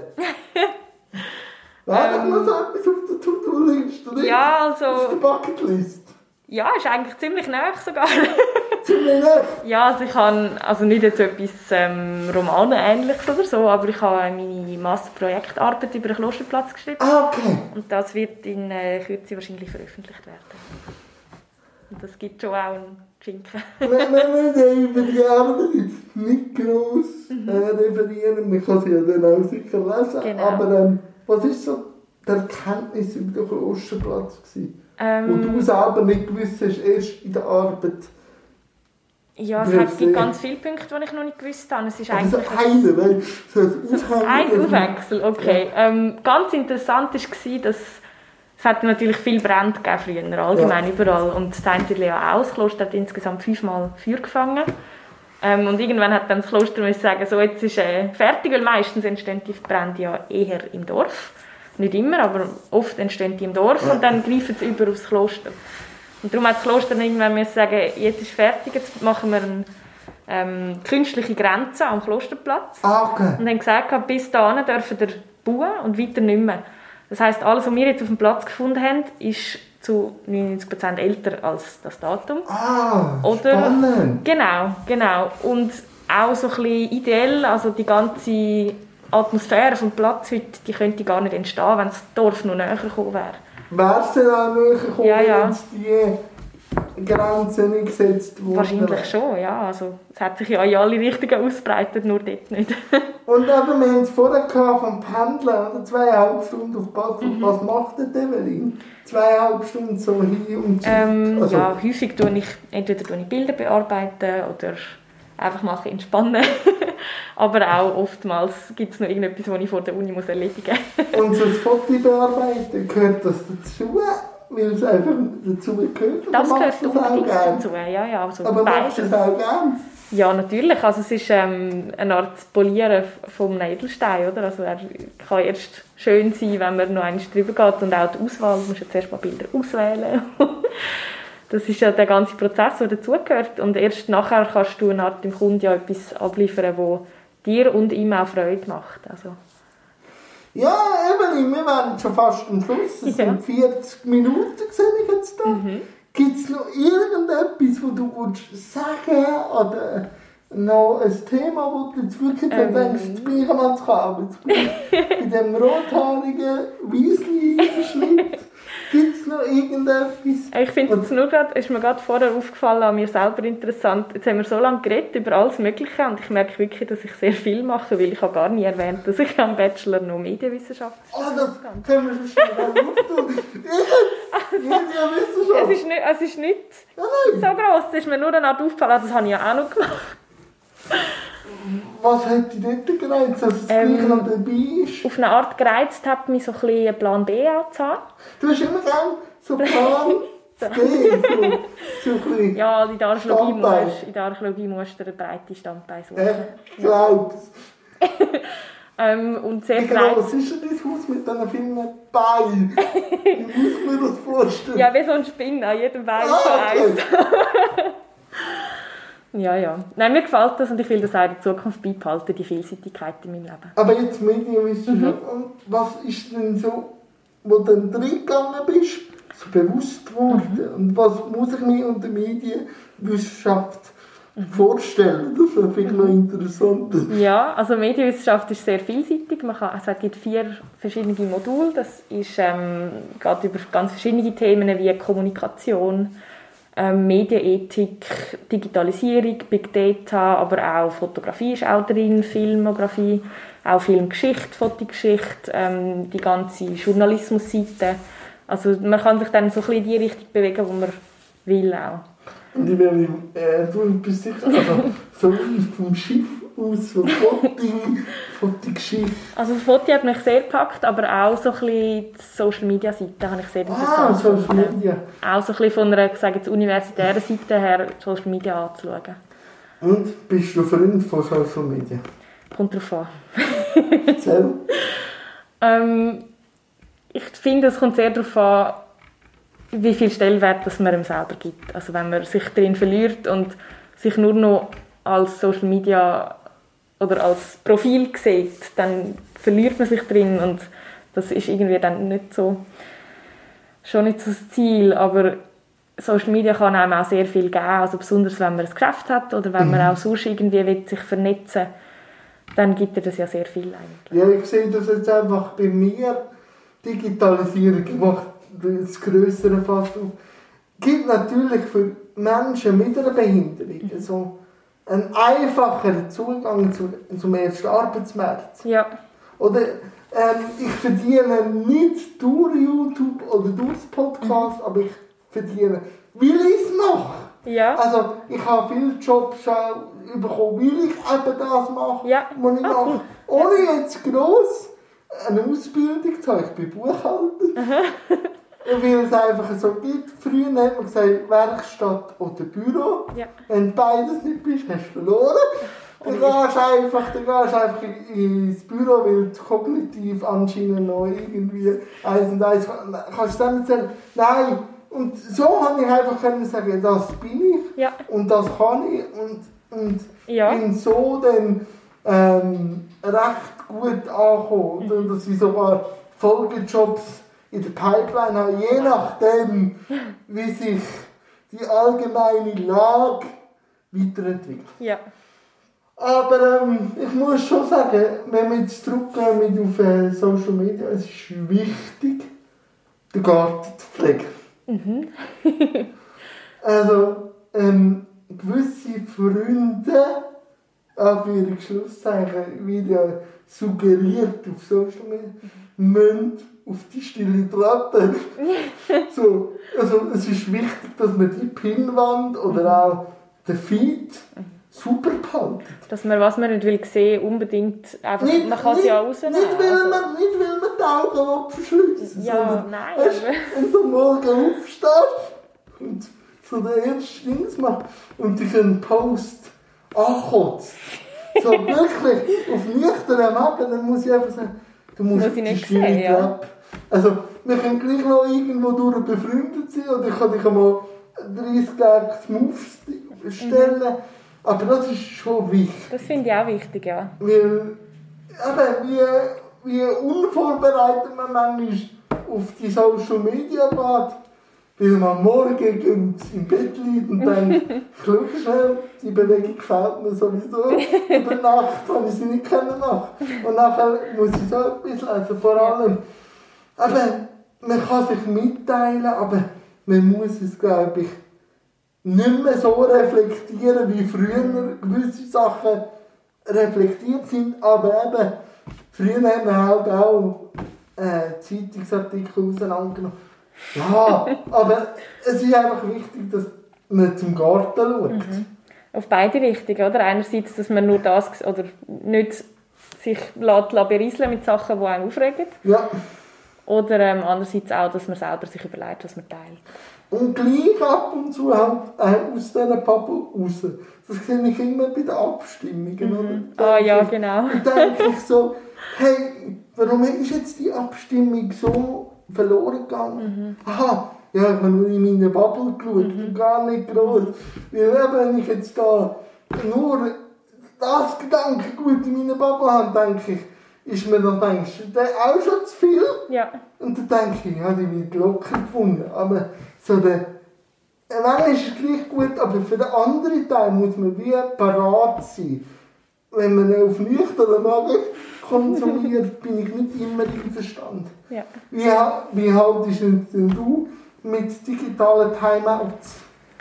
wäre doch noch so etwas auf der To-Do-Liste, oder? Ja, Auf der also... Bucketlist. Ja, ist eigentlich ziemlich nah sogar. Ziemlich nett. Ja, also ich habe also nicht jetzt etwas Romanenähnliches oder so, aber ich habe meine Masterprojektarbeit über den Klosterplatz geschrieben. Ah, okay. Und das wird in Kürze wahrscheinlich veröffentlicht werden. Und das gibt schon auch einen Schinken. Wir müssen über die Arbeit jetzt nicht gross referieren, man kann sie ja dann auch sicher lesen. Genau. Aber was war so die Erkenntnis über den Klosterplatz gewesen? Wo du selber nicht gewusst hast, erst in der Arbeit? Ja, es gibt ganz viele Punkte, die ich noch nicht gewusst habe. Es ist Aber so eigentlich einer, weil so ein ein Aufwechsel, okay. Ganz interessant war, dass es hat natürlich viel Brände gegeben früher, allgemein überall. Und das Einzige ja auch. Das Kloster hat insgesamt 5-mal Feuer gefangen. Und irgendwann hat dann das Kloster müssen sagen, so, jetzt ist fertig, weil meistens entstehen die Brände ja eher im Dorf. Nicht immer, aber oft entstehen die im Dorf und dann greifen sie über aufs Kloster. Und darum hat das Kloster dann irgendwann müssen sagen, jetzt ist fertig, jetzt machen wir eine künstliche Grenze am Klosterplatz. Ah, okay. Und haben gesagt, bis dahin dürfen wir bauen und weiter nicht mehr. Das heisst, alles, was wir jetzt auf dem Platz gefunden haben, ist zu 99% älter als das Datum. Ah, Oder, spannend. Genau. Und auch so ein bisschen ideell, also die ganze Atmosphäre vom Platz heute, die könnte gar nicht entstehen, wenn das Dorf noch näher gekommen wäre. Wäre es denn auch näher gekommen, Ja. wenn jetzt die Grenzen nicht gesetzt wurden? Wahrscheinlich schon, ja. Also, es hat sich ja in alle Richtungen ausgebreitet, nur dort nicht. Und eben, wir haben es vorher gehabt vom Pendeln, oder? 2,5 Stunden auf Basel. Was macht der Evelyn? 2,5 Stunden so hin und zurück? Ja, häufig tue ich entweder Bilder bearbeiten oder einfach mal entspannen. Aber auch oftmals gibt es noch irgendetwas, was ich vor der Uni erledigen muss. Und so das Foto bearbeiten, gehört das dazu? Weil es einfach dazu gehört? Das oder gehört machst du unbedingt auch gern? dazu. Ja, also Aber machst du beides. es auch gern? Ja, natürlich. Also es ist eine Art Polieren vom Edelstein, oder? Also er kann erst schön sein, wenn man noch einmal drüber geht. Und auch die Auswahl, du musst ja zuerst mal Bilder auswählen. Das ist ja der ganze Prozess, der dazugehört. Und erst nachher kannst du dem Kunden ja etwas abliefern, das dir und ihm auch Freude macht. Also. Ja, Evelyn, wir wären schon fast am Schluss. Es Ja. sind 40 Minuten, sehe ich jetzt da. Gibt es noch irgendetwas, was du sagen willst? Oder noch ein Thema, wo du jetzt wirklich denkst, jetzt bin ich einmal zu Kabel. Bei dem rothaarigen Weissli-Verschnitt. Gibt es noch irgendetwas? Ich finde es nur gerade, ist mir gerade vorher aufgefallen, an mir selber interessant. Jetzt haben wir so lange geredet über alles Mögliche und ich merke wirklich, dass ich sehr viel mache, weil ich habe gar nie erwähnt, dass ich am Bachelor noch Medienwissenschaft das können wir schon schnell auftun. Medienwissenschaft. Es ist nicht so gross, es ist mir nur eine Art aufgefallen, das habe ich ja auch noch gemacht. Was hat dich dort gereizt, dass es gleich noch dabei ist? Auf eine Art gereizt hat mich so ein bisschen einen Plan B anzuhaben. Du hast immer gerne so Plan B, so ein bisschen. Ja, in der Archäologie musst du eine breite Standbein suchen. Ich glaube es. Und sehr Wie groß ist denn dein Haus mit diesen vielen Beinen? Wie muss man das vorstellen? Ja, wie so ein Spinner, an jedem Bein okay. Ja. Nein, mir gefällt das und ich will das auch in Zukunft beibehalten, die Vielseitigkeit in meinem Leben. Aber jetzt Medienwissenschaft, und was ist denn so, wo du dann drin gegangen bist, so bewusst geworden? Und was muss ich mir unter Medienwissenschaft vorstellen? Das wäre vielleicht noch interessant. Ja, also Medienwissenschaft ist sehr vielseitig. Es gibt 4 verschiedene Module. Das ist, geht über ganz verschiedene Themen wie Kommunikation, Medienethik, Digitalisierung, Big Data, aber auch Fotografie ist auch drin, Filmografie, auch Filmgeschichte, Fotogeschichte, die ganze Journalismusseite. Also man kann sich dann so ein bisschen in die Richtung bewegen, wo man will auch. Und ich wäre, du bist sicher, also so vom Schiff aus, so Fotogeschichte. Also das Foto hat mich sehr gepackt, aber auch so ein bisschen die Social-Media-Seite habe ich sehr interessant Social Media. Auch so ein bisschen von einer, sage jetzt, universitären Seite her Social Media anzuschauen. Und bist du Freund von Social Media? Kommt drauf an. Erzähl. Ich finde, es kommt sehr darauf an, wie viel Stellenwert das man ihm selber gibt. Also wenn man sich darin verliert und sich nur noch als Social Media oder als Profil sieht, dann verliert man sich drin und das ist irgendwie dann nicht so, schon nicht so das Ziel, aber Social Media kann einem auch sehr viel geben, also besonders wenn man ein Geschäft hat oder wenn man auch sonst irgendwie will, sich vernetzen will, dann gibt das ja sehr viel eigentlich. Ja, ich sehe das jetzt einfach bei mir, Digitalisierung macht das grössere Fass auf. Gibt natürlich für Menschen mit einer Behinderung so einen einfacheren Zugang zum ersten Arbeitsmarkt. Ja. Oder ich verdiene nicht durch YouTube oder durch das Podcast, aber ich verdiene, weil ich es mache. Ja. Also ich habe viele Jobs schon bekommen, weil ich eben das mache, was ich mache. Ohne jetzt gross eine Ausbildung zu haben. Ich bin Buchhalter. Weil es einfach so gibt. Früher hat man gesagt, Werkstatt oder Büro. Ja. Wenn du beides nicht bist, hast du verloren. Dann gehst du einfach ins Büro, weil du kognitiv anscheinend noch irgendwie 1 und 1 kannst du dann erzählen. Nein. Und so konnte ich einfach sagen, das bin ich und das kann ich und bin so dann recht gut angekommen. Und dass ich sogar Folgejobs in der Pipeline habe, je nachdem, wie sich die allgemeine Lage weiterentwickelt. Ja. Aber ich muss schon sagen, wenn wir jetzt zurückgehen auf Social Media, es ist wichtig, den Garten zu pflegen. Also, gewisse Freunde, Anführungszeichen, wie ja suggeriert auf Social Media, müssen auf die stille Treppe. So, also es ist wichtig, dass man die Pinnwand oder auch den Feed super behalten. Dass man, was man nicht will sehen, unbedingt einfach, nicht, man kann es ja rausnehmen. Nicht, weil man die Augen verschliessen. Ja, nein. Wenn du morgen aufstehst und so den ersten Dings machst und dich einen Post ankotzt, so wirklich auf nüchternen Magen, dann muss ich einfach sagen, du musst die stille Treppe. Also, wir können gleich noch irgendwo durch befreundet sein oder ich kann dich einmal 30 Tage zum Aufstellen. Aber das ist schon wichtig. Das finde ich auch wichtig, ja. Weil, wie unvorbereitet man manchmal auf die Social Media geht, weil man am Morgen im Bett liegt und denkt, ich schaue schnell, die Bewegung gefällt mir sowieso. Über Nacht habe ich sie nicht machen. Und nachher muss ich so ein bisschen, also vor allem, man kann sich mitteilen, aber man muss es, glaube ich, nicht mehr so reflektieren, wie früher gewisse Sachen reflektiert sind. Aber eben, früher haben wir halt auch Zeitungsartikel auseinandergenommen. Ja, aber es ist einfach wichtig, dass man zum Garten schaut. Auf beide Richtungen, oder? Einerseits, dass man nur das oder nicht sich berieseln mit Sachen, die einen aufregen. Ja. Oder andererseits auch, dass man selber sich überlegt, was man teilt. Und gleich ab und zu halt aus dieser Bubble raus. Das sehe ich immer bei den Abstimmungen. Oder? Ja, genau. Und dann denke ich so, hey, warum ist jetzt die Abstimmung so verloren gegangen? Aha, ja, ich habe nur in meine Bubble geschaut und gar nicht groß. Weil eben, wenn ich jetzt da nur das Gedankengut in meiner Bubble habe, denke ich, ist mir das manchmal auch schon zu viel. Ja. Und dann denke ich, ich habe mich locker gefunden. Aber so manchmal ist es gleich gut, aber für den anderen Teil muss man wie parat sein. Wenn man auf nüchternen Magen konsumiert, bin ich nicht immer einverstanden. Ja. Wie haltest denn du mit digitalen Timeouts?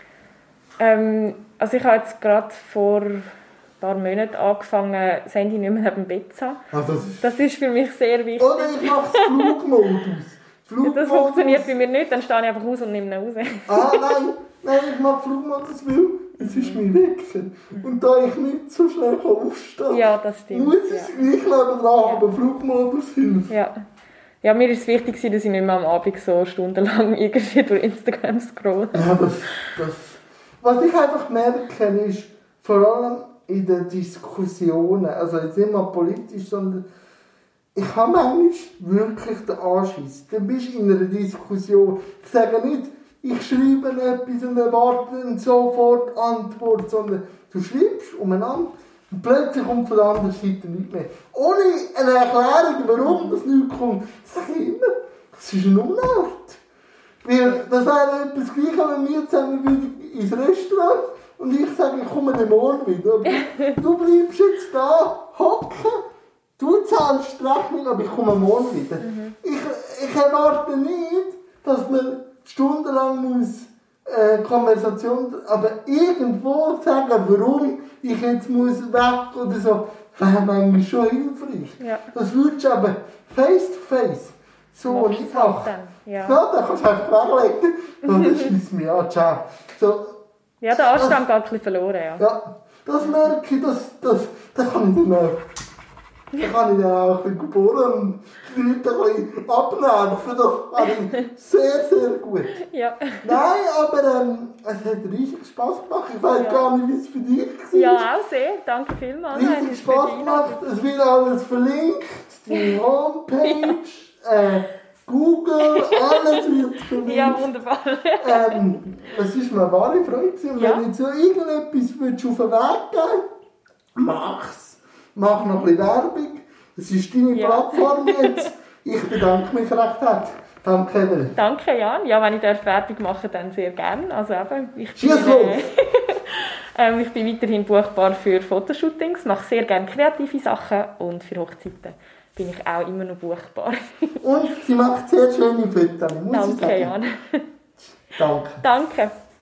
Also ich habe jetzt gerade vor ein paar Monaten angefangen, das Handy nicht mehr neben dem Bett zu haben. Das ist für mich sehr wichtig. Oder ich mache es Flugmodus. Das funktioniert bei mir nicht, dann stehe ich einfach raus und nehme ihn raus. Nein, ich mache Flugmodus, weil es ist mein Wecker. Und da ich nicht so schnell aufstehen ja, das stimmt. muss ich es gleich nebenan, aber Flugmodus hilft. Ja, mir ist es wichtig, dass ich nicht mehr am Abend so stundenlang irgendwie durch Instagram scrolle. Ja, was ich einfach merke, ist, vor allem in den Diskussionen, also jetzt nicht mal politisch, sondern ich habe manchmal wirklich den Anschiss. Dann bist du in einer Diskussion. Ich sage nicht, ich schreibe etwas und erwarte sofort Antwort, sondern du schreibst umeinander und plötzlich kommt von der anderen Seite nichts mehr. Ohne eine Erklärung, warum das nicht kommt, sage ich immer, das ist eine Unart. Weil das wäre etwas Gleiches, wenn wir zusammen ins Restaurant und ich sage, ich komme den morgen wieder. Aber du bleibst jetzt da, hocken, du zahlst die Rechnung, aber ich komme morgen wieder. Ich erwarte nicht, dass man stundenlang Konversation, aber irgendwo sagen, warum ich jetzt weg oder so, wäre manchmal schon hilfreich. Ja. Das würdest du aber face to face so nicht machen. Ja, dann kannst du einfach weglegen. Das schießt mich an, ciao. So, ja, der Anstand geht ein bisschen verloren. Ja, das merke ich, da kann ich dann auch. Da kann ich dann auch ein bisschen geboren und die Leute ein bisschen abnerven. Das fand ich sehr, sehr gut. Ja. Nein, aber es hat riesig Spass gemacht. Ich weiß gar nicht, wie es für dich war. Ja, auch sehr. Danke vielmals. Riesig Spass gemacht. Es wird alles verlinkt. Die Homepage, Google, alles wird verlinkt. Ja, wunderbar. Es war mir eine wahre Freude. Und wenn du jetzt so irgendetwas auf den Weg geben, mach's. Mach noch ein bisschen Werbung. Das ist deine Plattform jetzt. Ich bedanke mich recht herzlich. Danke, Evelyn. Danke, Jan. Ja, wenn ich Werbung machen darf, dann sehr gerne. Also eben, ich bin weiterhin buchbar für Fotoshootings, mache sehr gerne kreative Sachen und für Hochzeiten bin ich auch immer noch buchbar. Und sie macht sehr schöne Fotos, muss ich sagen. Danke, Jan. Danke. Danke.